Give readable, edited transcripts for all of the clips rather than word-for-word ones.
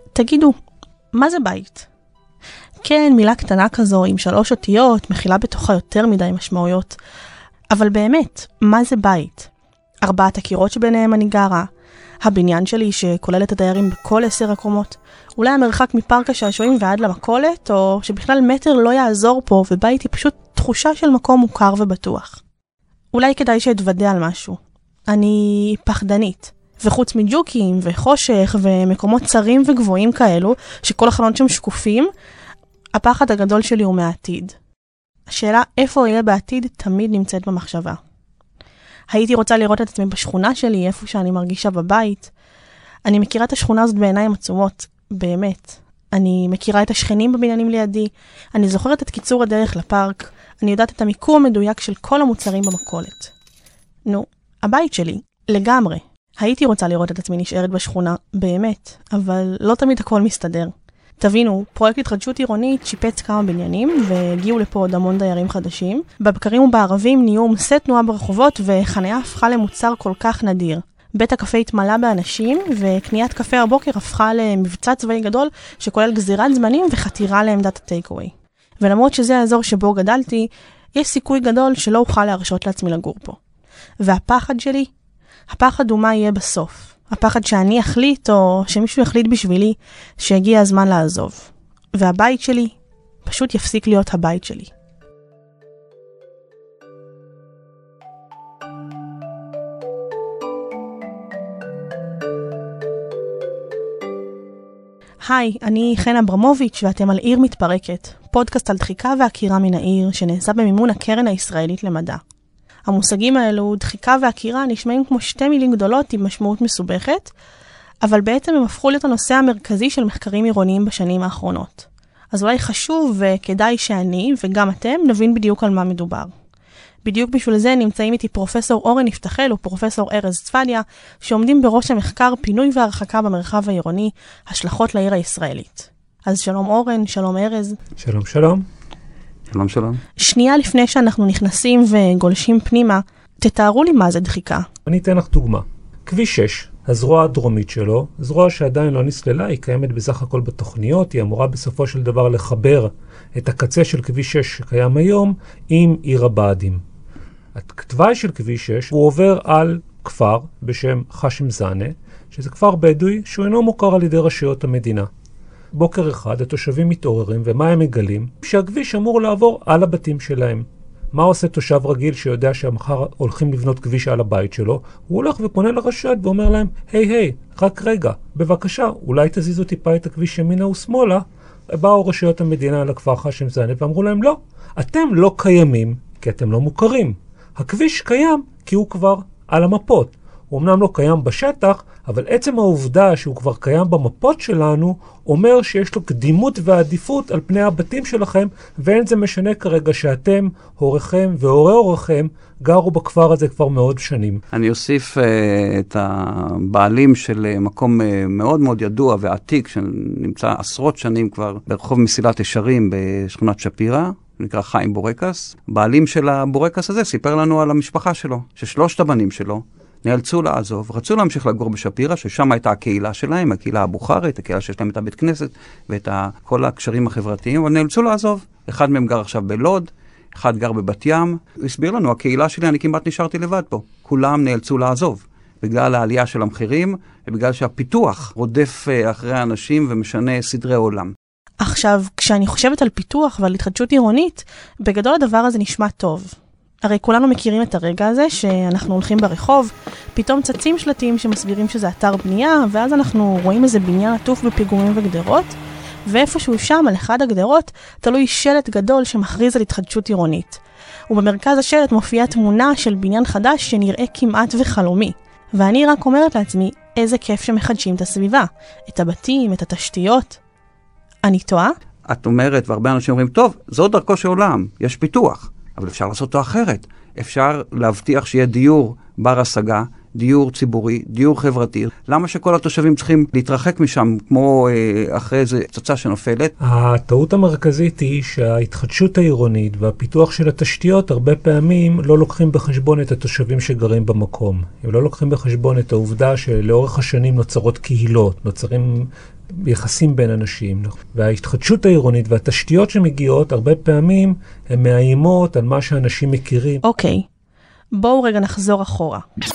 תגידו, מה זה בית? כן, מילה קטנה כזו עם 3 אותיות, מכילה בתוכה יותר מדי משמעויות. אבל באמת, מה זה בית? 4 הקירות שביניהם אני גרה, הבניין שלי שכולל את הדיירים בכל 10 הקומות, אולי המרחק מפארק השעשועים ועד למכולת, או שבכלל מטר לא יעזור פה, ובית היא פשוט תחושה של מקום מוכר ובטוח. אולי כדאי שאתוודע על משהו. אני פחדנית. וחוץ מג'וקים וחושך ומקומות צרים וגבוהים כאלו, שכל החלונות שם שקופים, הפחד הגדול שלי הוא מהעתיד. השאלה איפה יהיה בעתיד תמיד נמצאת במחשבה. הייתי רוצה לראות את עצמי בשכונה שלי, איפה שאני מרגישה בבית. אני מכירה את השכונה הזאת בעיניים עצומות, באמת. אני מכירה את השכנים בבניינים לידי, אני זוכרת את קיצור הדרך לפארק, אני יודעת את המיקום המדויק של כל המוצרים במכולת. נו, הבית שלי, לגמרי. הייתי רוצה לראות את עצמי נשארת בשכונה, באמת, אבל לא תמיד הכל מסתדר. תבינו, פרויקט התחדשות עירונית שיפץ כמה בניינים, והגיעו לפה עוד המון דיירים חדשים. בבקרים ובערבים נהיו עומסי תנועה ברחובות, וחניה הפכה למוצר כל כך נדיר. בית הקפה התמלא באנשים, וקניית קפה הבוקר הפכה למבצע צבאי גדול, שכולל גזירת זמנים וחתירה לעמדת הטייקווי. ולמרות שזה האזור שבו גדלתי, יש סיכוי גדול שלא אוכל להרשות לעצמי לגור פה. והפחד שלי? הפחד הוא מה יהיה בסוף. הפחד שאני אחליט או שמישהו יחליט בשבילי שהגיע הזמן לעזוב. והבית שלי פשוט יפסיק להיות הבית שלי. היי, אני חן אברמוביץ' ואתם על עיר מתפרקת, פודקאסט על דחיקה ועקירה מן העיר שנעשה במימון הקרן הישראלית למדע. המושגים האלו, דחיקה ועקירה, נשמעים כמו 2 מילים גדולות עם משמעות מסובכת, אבל בעצם הם הפכו להיות הנושא המרכזי של מחקרים עירוניים בשנים האחרונות. אז אולי חשוב וכדאי שאני וגם אתם נבין בדיוק על מה מדובר. בדיוק בשביל זה נמצאים איתי פרופסור אורן יפתחל ופרופסור ארז צפדיה, שעומדים בראש המחקר פינוי והרחקה במרחב העירוני, השלכות לעיר הישראלית. אז שלום אורן, שלום ארז. שלום שלום. שלום שלום. שנייה לפני שאנחנו נכנסים וגולשים פנימה, תתארו לי מה זה דחיקה. אני אתן לך דוגמה. כביש 6, הזרוע הדרומית שלו, זרוע שעדיין לא נסללה, היא קיימת בסך הכל בתוכניות, היא אמורה בסופו של דבר לחבר את הקצה של כביש 6 שקיים היום עם עיר הבה"דים. הכתוואי של כביש 6 הוא עובר על כפר בשם חשם זנה, שזה כפר בדואי שהוא אינו מוכר על ידי רשויות המדינה. בוקר אחד התושבים מתעוררים, ומה הם מגלים? שהכביש אמור לעבור על הבתים שלהם. מה עושה תושב רגיל שיודע שמחר הולכים לבנות כביש על הבית שלו? הוא הולך ופונה לרשויות ואומר להם, היי, רק רגע, בבקשה, אולי תזיזו טיפה את הכביש ימינה ושמאלה. באו רשויות המדינה לכפר חשם זנה ואמרו להם, לא, אתם לא קיימים כי אתם לא מוכרים. הכביש קיים כי הוא כבר על המפות. הוא אמנם לא קיים בשטח, אבל עצם העובדה שהוא כבר קיים במפות שלנו, אומר שיש לו קדימות ועדיפות על פני הבתים שלכם, ואין זה משנה כרגע שאתם, הוריכם והורי הוריכם, גרו בכפר הזה כבר מאוד שנים. אני אוסיף את הבעלים של מקום מאוד מאוד ידוע ועתיק, שנמצא עשרות שנים כבר ברחוב מסילת ישרים בשכונת שפירא, נקרא חיים בורקס. בעלים של הבורקס הזה סיפר לנו על המשפחה שלו, ששלושת הבנים שלו, נאלצו לעזוב, רצו להמשיך לגור בשפירא, ששם הייתה הקהילה שלהם, הקהילה הבוכרית, הקהילה שיש להם את הבית כנסת, ואת כל הקשרים החברתיים, אבל נאלצו לעזוב. אחד מהם גר עכשיו בלוד, אחד גר בבת ים. הוא הסביר לנו, הקהילה שלי, אני כמעט נשארתי לבד פה. כולם נאלצו לעזוב, בגלל העלייה של המחירים, ובגלל שהפיתוח רודף אחרי האנשים ומשנה סדרי עולם. עכשיו, כשאני חושבת על פיתוח ועל התחדשות עירונית, בגדול הדבר הזה נשמע טוב. הרי כולנו מכירים את הרגע הזה שאנחנו הולכים ברחוב, פתאום צצים שלטים שמסבירים שזה אתר בנייה, ואז אנחנו רואים איזה בניין עטוף בפיגומים וגדרות, ואיפשהו שם על אחד הגדרות תלוי שלט גדול שמכריז על התחדשות עירונית. ובמרכז השלט מופיעה תמונה של בניין חדש שנראה כמעט וחלומי. ואני רק אומרת לעצמי, איזה כיף שמחדשים את הסביבה, את הבתים, את התשתיות. אני טועה? את אומרת, והרבה אנשים אומרים, טוב, זו דרכו של עולם, יש פיתוח. אבל אפשר לעשות אותו אחרת. אפשר להבטיח שיהיה דיור בר השגה, דיור ציבורי, דיור חברתי. למה שכל התושבים צריכים להתרחק משם כמו אחרי איזה פצצה שנופלת? הטעות המרכזית היא שההתחדשות העירונית והפיתוח של התשתיות הרבה פעמים לא לוקחים בחשבון את התושבים שגרים במקום. הם לא לוקחים בחשבון את העובדה שלאורך השנים נוצרות קהילות, נוצרים ביחסים בין אנשים. וההתחדשות העירונית והתשתיות שמגיעות הרבה פעמים הן מאיימות על מה שאנשים מכירים. אוקיי, בואו רגע נחזור אחורה.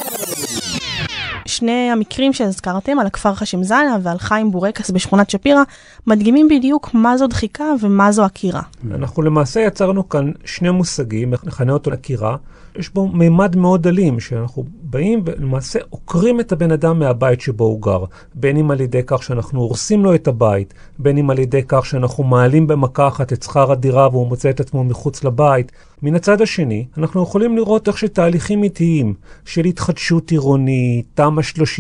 שני המקרים שהזכרתם על הכפר חשמזנה ועל חיים בורקס בשכונת שפירא מדגימים בדיוק מה זו דחיקה ומה זו עקירה. אנחנו למעשה יצרנו כאן שני מושגים, נכנה אותו עקירה. יש בו מימד מאוד אלים, שאנחנו באים ולמעשה עוקרים את הבן אדם מהבית שבו הוא גר. בין אם על ידי כך שאנחנו הורסים לו את הבית, בין אם על ידי כך שאנחנו מעלים במכה אחת את שכר הדירה והוא מוצא את עצמו מחוץ לבית. מן הצד השני, אנחנו יכולים לראות איך שתהליכים איטיים של התחדשות עירונית, תמ"א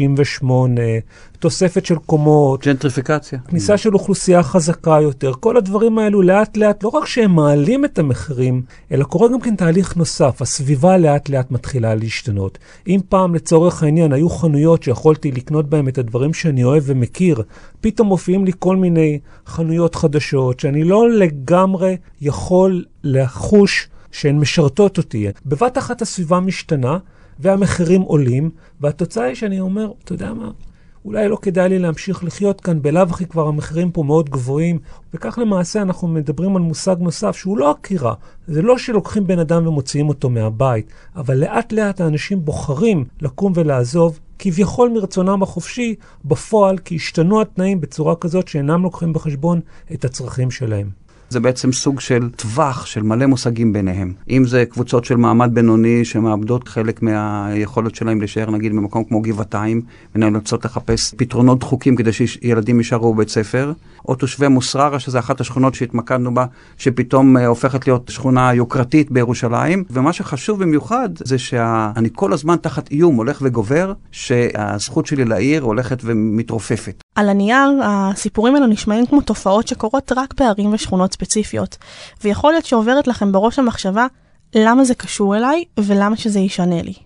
38, תוספת של קומות, ג'נטריפיקציה, כניסה של אוכלוסייה חזקה יותר, כל הדברים האלו לאט לאט, לא רק שהם מעלים את המחירים, אלא קורה גם כן תהליך נוסף, הסביבה לאט לאט מתחילה להשתנות. אם פעם לצורך העניין היו חנויות שיכולתי לקנות בהם את הדברים שאני אוהב ומכיר, פתאום מופיעים לי כל מיני חנויות חדשות, שאני לא לגמרי יכול לחוש שהן משרתות אותי. בבת אחת הסביבה משתנה, והמחירים עולים, והתוצאה היא שאני אומר, אתה יודע מה? אולי לא כדאי לי להמשיך לחיות כאן, בלאו הכי כבר המחירים פה מאוד גבוהים, וכך למעשה אנחנו מדברים על מושג נוסף שהוא לא עקירה. זה לא שלוקחים בן אדם ומוציאים אותו מהבית, אבל לאט לאט האנשים בוחרים לקום ולעזוב, כביכול מרצונם החופשי, בפועל כי השתנו התנאים בצורה כזאת שאינם לוקחים בחשבון את הצרכים שלהם. זה בעצם סוג של טווח של מלא מושגים ביניהם. אם זה קבוצות של מעמד בינוני שמאבדות חלק מהיכולת שלהם להישאר נגיד במקום כמו גבעתיים, ונאלצות לחפש פתרונות דחוקים כדי שילדים יישארו בבית ספר, או תושבי מוסררה, שזה אחת השכונות שהתמקדנו בה, שפתאום הופכת להיות שכונה יוקרתית בירושלים. ומה שחשוב במיוחד זה שאני כל הזמן תחת איום הולך וגובר, שהזכות שלי לעיר הולכת ומתרופפת. על הנייר, הסיפורים האלו נשמעים כמו תופעות שקורות רק בערים ושכונות ספציפיות, ויכול להיות שעוברת לכם בראש המחשבה למה זה קשור אליי ולמה שזה ישנה לי.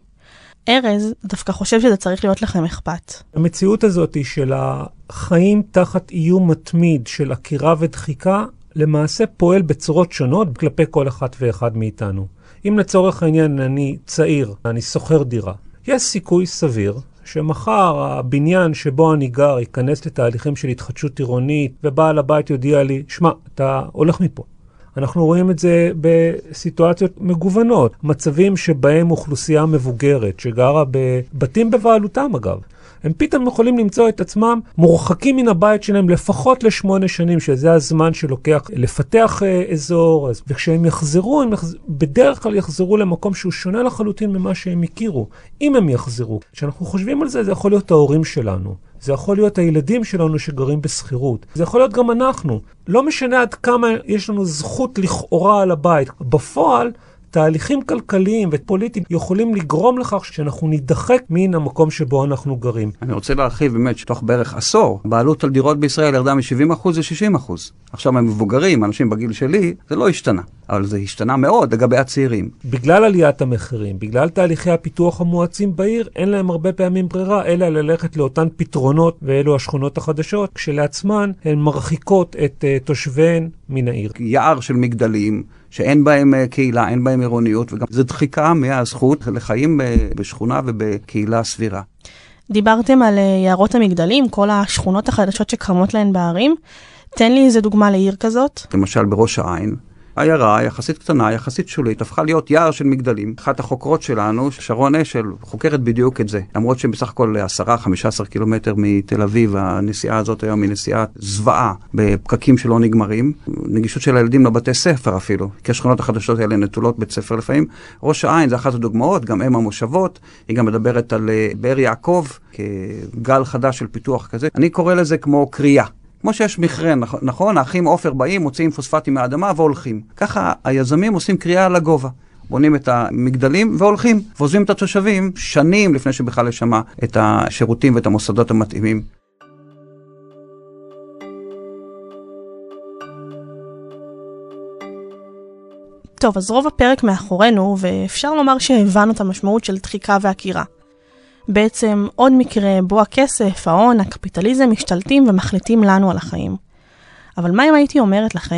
ארז דווקא חושב שזה צריך להיות לכם אכפת. המציאות הזאת של החיים תחת איום מתמיד של עקירה ודחיקה, למעשה פועל בצורות שונות כלפי כל אחת ואחד מאיתנו. אם לצורך העניין אני צעיר, אני שוכר דירה, יש סיכוי סביר שמחר הבניין שבו אני גר ייכנס לתהליכים של התחדשות עירונית, ובעל הבית יודיע לי, שמע, אתה הולך מפה. אנחנו רואים את זה בסיטואציות מגוונות, מצבים שבהם אוכלוסייה מבוגרת, שגרה בבתים בבעלותם אגב, הם פתאום יכולים למצוא את עצמם מורחקים מן הבית שלהם לפחות ל8 שנים, שזה הזמן שלוקח לפתח אזור, וכשהם יחזרו, בדרך כלל יחזרו למקום שהוא שונה לחלוטין ממה שהם הכירו. אם הם יחזרו, כשאנחנו חושבים על זה, זה יכול להיות ההורים שלנו. זה יכול להיות הילדים שלנו שגרים בסחירות. זה יכול להיות גם אנחנו. לא משנה עד כמה יש לנו זכות לכאורה על הבית. בפועל, תהליכים כלכליים ופוליטיים יכולים לגרום לכך שאנחנו נידחק מן המקום שבו אנחנו גרים. אני רוצה להרחיב באמת שתוך בערך עשור, בעלות על דירות בישראל ירדה מ-70% ל-60%. עכשיו הם מבוגרים, אנשים בגיל שלי, זה לא השתנה. אבל זה השתנה מאוד לגבי הצעירים. בגלל עליית המחירים, בגלל תהליכי הפיתוח המואצים בעיר, אין להם הרבה פעמים ברירה, אלא ללכת לאותן פתרונות, ואלו השכונות החדשות, כשלעצמן הן מרחיקות את תושביהן מן העיר. יער של מגדלים, שאין בהם קהילה, אין בהם עירוניות, וגם זה דחיקה מהזכות לחיים בשכונה ובקהילה סבירה. דיברתם על יערות המגדלים, כל השכונות החדשות שקרמות להן בערים. תן לי איזה דוגמה לעיר כזאת. למשל בראש העין, העיירה יחסית קטנה, יחסית שולית, הפכה להיות יער של מגדלים. אחת החוקרות שלנו, שרון אשל, חוקרת בדיוק את זה. למרות שבסך הכל 10-15 קילומטר מתל אביב, הנסיעה הזאת היום היא נסיעה זוועה, בפקקים שלא נגמרים. נגישות של הילדים לבתי ספר אפילו, כי השכונות החדשות האלה נטולות בית ספר לפעמים. ראש העין זה אחת הדוגמאות, גם אם המושבות, היא גם מדברת על באר יעקב, כגל חדש של פיתוח כזה. אני קורא לזה כמו קריאה. כמו שיש מכרה, נכון? האחים עופר באים, מוציאים פוספטים מהאדמה והולכים. ככה היזמים עושים קריאה לגובה. בונים את המגדלים והולכים. ועוזבים את התושבים שנים לפני שבכלל לשמע את השירותים ואת המוסדות המתאימים. טוב, אז רוב הפרק מאחורינו, ואפשר לומר שהבנו את המשמעות של דחיקה ועקירה. בעצם עוד מקרה בו הכסף, ההון, הקפיטליזם משתלטים ומחליטים לנו על החיים. אבל מה אם הייתי אומרת לכם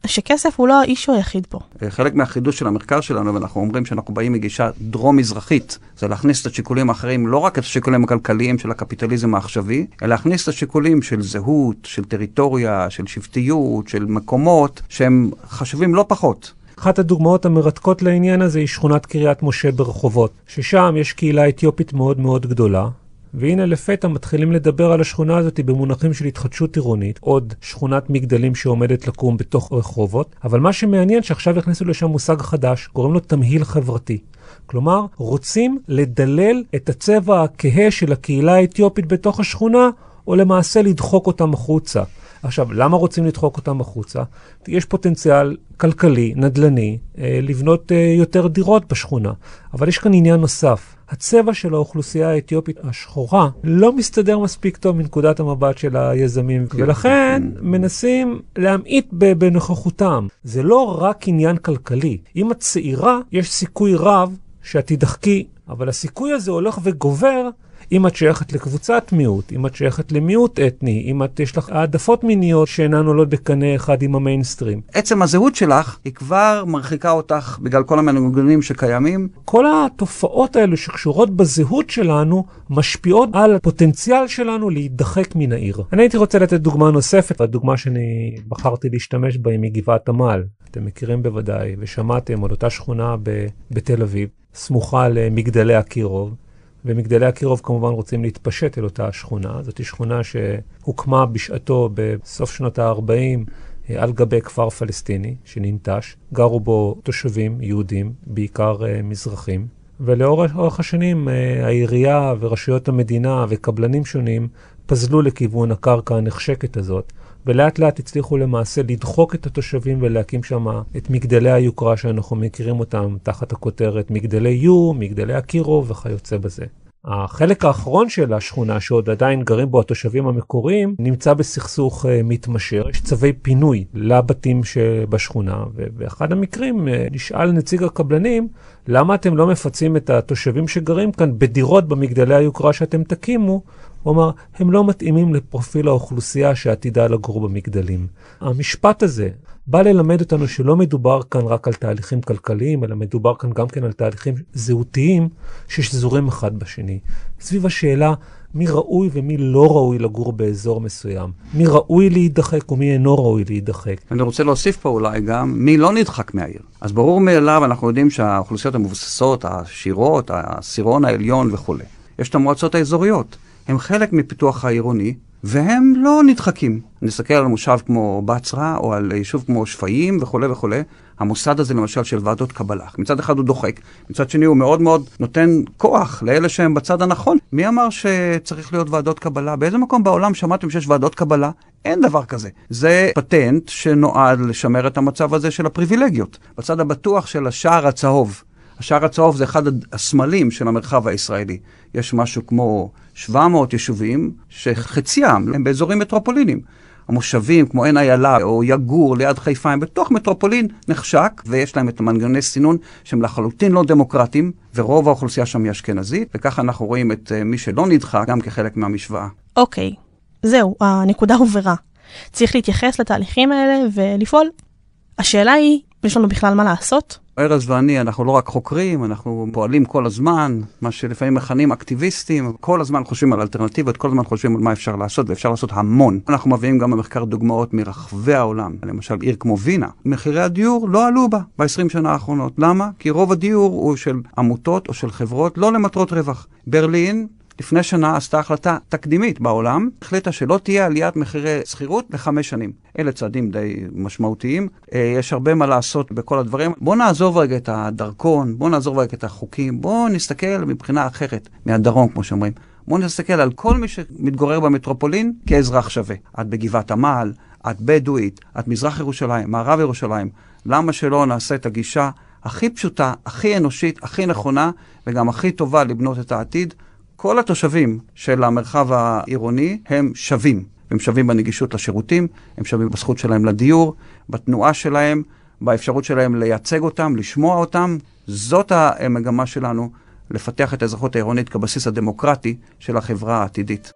שכסף הוא לא האישו היחיד פה. חלק מהחידוש של המחקר שלנו, ואנחנו אומרים שאנחנו באים מגישה דרום-מזרחית, זה להכניס את השיקולים האחרים, לא רק את השיקולים הכלכליים של הקפיטליזם העכשווי, אלא להכניס את השיקולים של זהות, של טריטוריה, של שבטיות, של מקומות, שהם חשובים לא פחות. אחת הדוגמאות המרתקות לעניין הזה היא שכונת קריית משה ברחובות, ששם יש קהילה אתיופית מאוד מאוד גדולה, והנה לפתע מתחילים לדבר על השכונה הזאת במונחים של התחדשות עירונית, עוד שכונת מגדלים שעומדת לקום בתוך רחובות, אבל מה שמעניין שעכשיו הכניסו לשם מושג חדש, קוראים לו תמהיל חברתי. כלומר, רוצים לדלל את הצבע הכהה של הקהילה האתיופית בתוך השכונה, או למעשה לדחוק אותם החוצה. עכשיו, למה רוצים לדחוק אותם החוצה? יש פוטנציאל כלכלי, נדל"ני, לבנות יותר דירות בשכונה. אבל יש כאן עניין נוסף. הצבע של האוכלוסייה האתיופית השחורה לא מסתדר מספיק טוב מנקודת המבט של היזמים, ולכן מנסים להמעיט בנוכחותם. זה לא רק עניין כלכלי. אם את צעירה, יש סיכוי רב שאת תדחקי, אבל הסיכוי הזה הולך וגובר אם את שייכת לקבוצת מיעוט, אם את שייכת למיעוט אתני, אם את יש לך העדפות מיניות שאינן עולות בקנה אחד עם המיינסטרים. עצם הזהות שלך היא כבר מרחיקה אותך בגלל כל המנגנונים שקיימים. כל התופעות האלו שקשורות בזהות שלנו משפיעות על הפוטנציאל שלנו להידחק מן העיר. אני הייתי רוצה לתת דוגמה נוספת, והדוגמה שאני בחרתי להשתמש בה היא מגבעת עמל. אתם מכירים בוודאי ושמעתם על אותה שכונה בתל אביב, סמוכה למגדלי אקירוב. ומגדלי אקירוב כמובן רוצים להתפשט אל אותה השכונה. זאת שכונה שהוקמה בשעתו בסוף שנות ה-40 על גבי כפר פלסטיני שננטש. גרו בו תושבים יהודים, בעיקר מזרחים. ולאורך השנים העירייה ורשויות המדינה וקבלנים שונים פזלו לכיוון הקרקע הנחשקת הזאת. ולאט לאט הצליחו למעשה לדחוק את התושבים ולהקים שם את מגדלי היוקרה שאנחנו מכירים אותם תחת הכותרת מגדלי יו, מגדלי אקירוב וכיוצא בזה. החלק האחרון של השכונה שעוד עדיין גרים בו התושבים המקוריים נמצא בסכסוך מתמשך. יש צווי פינוי לבתים שבשכונה, ובאחד המקרים נשאל נציג הקבלנים למה אתם לא מפצים את התושבים שגרים כאן בדירות במגדלי היוקרה שאתם תקימו. הוא אמר, הם לא מתאימים לפרופיל האוכלוסייה שעתידה לגור במגדלים. המשפט הזה בא ללמד אותנו שלא מדובר כאן רק על תהליכים כלכליים, אלא מדובר כאן גם כן על תהליכים זהותיים ששזורים אחד בשני. סביב השאלה מי ראוי ומי לא ראוי לגור באזור מסוים. מי ראוי להידחק ומי אינו ראוי להידחק. אני רוצה להוסיף פה אולי גם מי לא נדחק מהעיר. אז ברור מאליו אנחנו יודעים שהאוכלוסיות המבוססות, העשירות, העשירון העליון וכו'. יש את המועצות האזוריות. הם חלק מפיתוח העירוני, והם לא נדחקים. נסתכל על מושב כמו בצרה, או על יישוב כמו שפיים וכו' וכו'. המוסד הזה למשל של ועדות קבלה. מצד אחד הוא דוחק, מצד שני הוא מאוד מאוד נותן כוח לאלה שהם בצד הנכון. מי אמר שצריך להיות ועדות קבלה? באיזה מקום בעולם שמעתם שיש ועדות קבלה? אין דבר כזה. זה פטנט שנועד לשמר את המצב הזה של הפריבילגיות. בצד הבטוח של השער הצהוב. השער הצהוב זה אחד הסמלים של המרחב הישראלי. יש משהו כמו 700 יישובים שחציים הם באזורים מטרופולינים. המושבים כמו עין איילה או יגור ליד חיפה הם בתוך מטרופולין נחשק, ויש להם את המנגנוני סינון שהם לחלוטין לא דמוקרטיים, ורוב האוכלוסייה שם היא אשכנזית, וככה אנחנו רואים את מי שלא נדחק גם כחלק מהמשוואה. אוקיי, זהו, הנקודה הובהרה. צריך להתייחס לתהליכים האלה ולפעול. השאלה היא, יש לנו בכלל מה לעשות? ארז ואני, אנחנו לא רק חוקרים, אנחנו פועלים כל הזמן, מה שלפעמים מכנים אקטיביסטים, כל הזמן חושבים על אלטרנטיבות, כל הזמן חושבים על מה אפשר לעשות, ואפשר לעשות המון. אנחנו מביאים גם במחקר דוגמאות מרחבי העולם, למשל עיר כמו וינה. מחירי הדיור לא עלו בה ב-20 שנה האחרונות. למה? כי רוב הדיור הוא של עמותות או של חברות, לא למטרות רווח. ברלין, לפני שנה עשתה החלטה תקדימית בעולם, החליטה שלא תהיה עליית מחירי שכירות ל5 שנים. אלה צעדים די משמעותיים. יש הרבה מה לעשות בכל הדברים. בואו נעזוב רגע את הדרכון, בואו נעזוב רגע את החוקים, בואו נסתכל מבחינה אחרת, מהדרום כמו שאומרים. בואו נסתכל על כל מי שמתגורר במטרופולין כאזרח שווה. את בגבעת עמל, את בדואית, את מזרח ירושלים, מערב ירושלים. למה שלא נעשה את הגישה הכי פשוטה, הכי אנושית, הכי נכונה, וגם הכי טובה לבנות את העתיד? כל התושבים של המרחב העירוני הם שווים. הם שווים בנגישות לשירותים, הם שווים בזכות שלהם לדיור, בתנועה שלהם, באפשרות שלהם לייצג אותם, לשמוע אותם. זאת המגמה שלנו, לפתח את האזרחות העירונית כבסיס הדמוקרטי של החברה העתידית.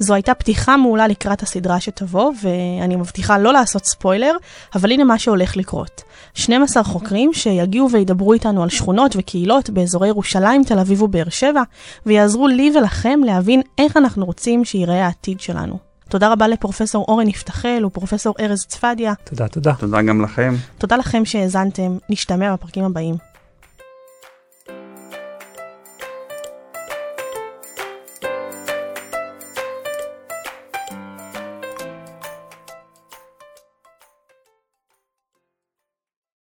זו הייתה פתיחה מעולה לקראת הסדרה שתבוא, ואני מבטיחה לא לעשות ספוילר, אבל הנה מה שהולך לקרות. 12 חוקרים שיגיעו וידברו איתנו על שכונות וקהילות באזורי ירושלים, תל אביב ובאר שבע, ויעזרו לי ולכם להבין איך אנחנו רוצים שיראה העתיד שלנו. תודה רבה לפרופסור אורן יפתחל ופרופסור ארז צפדיה. תודה. תודה גם לכם. תודה לכם שהאזנתם, נשתמע בפרקים הבאים.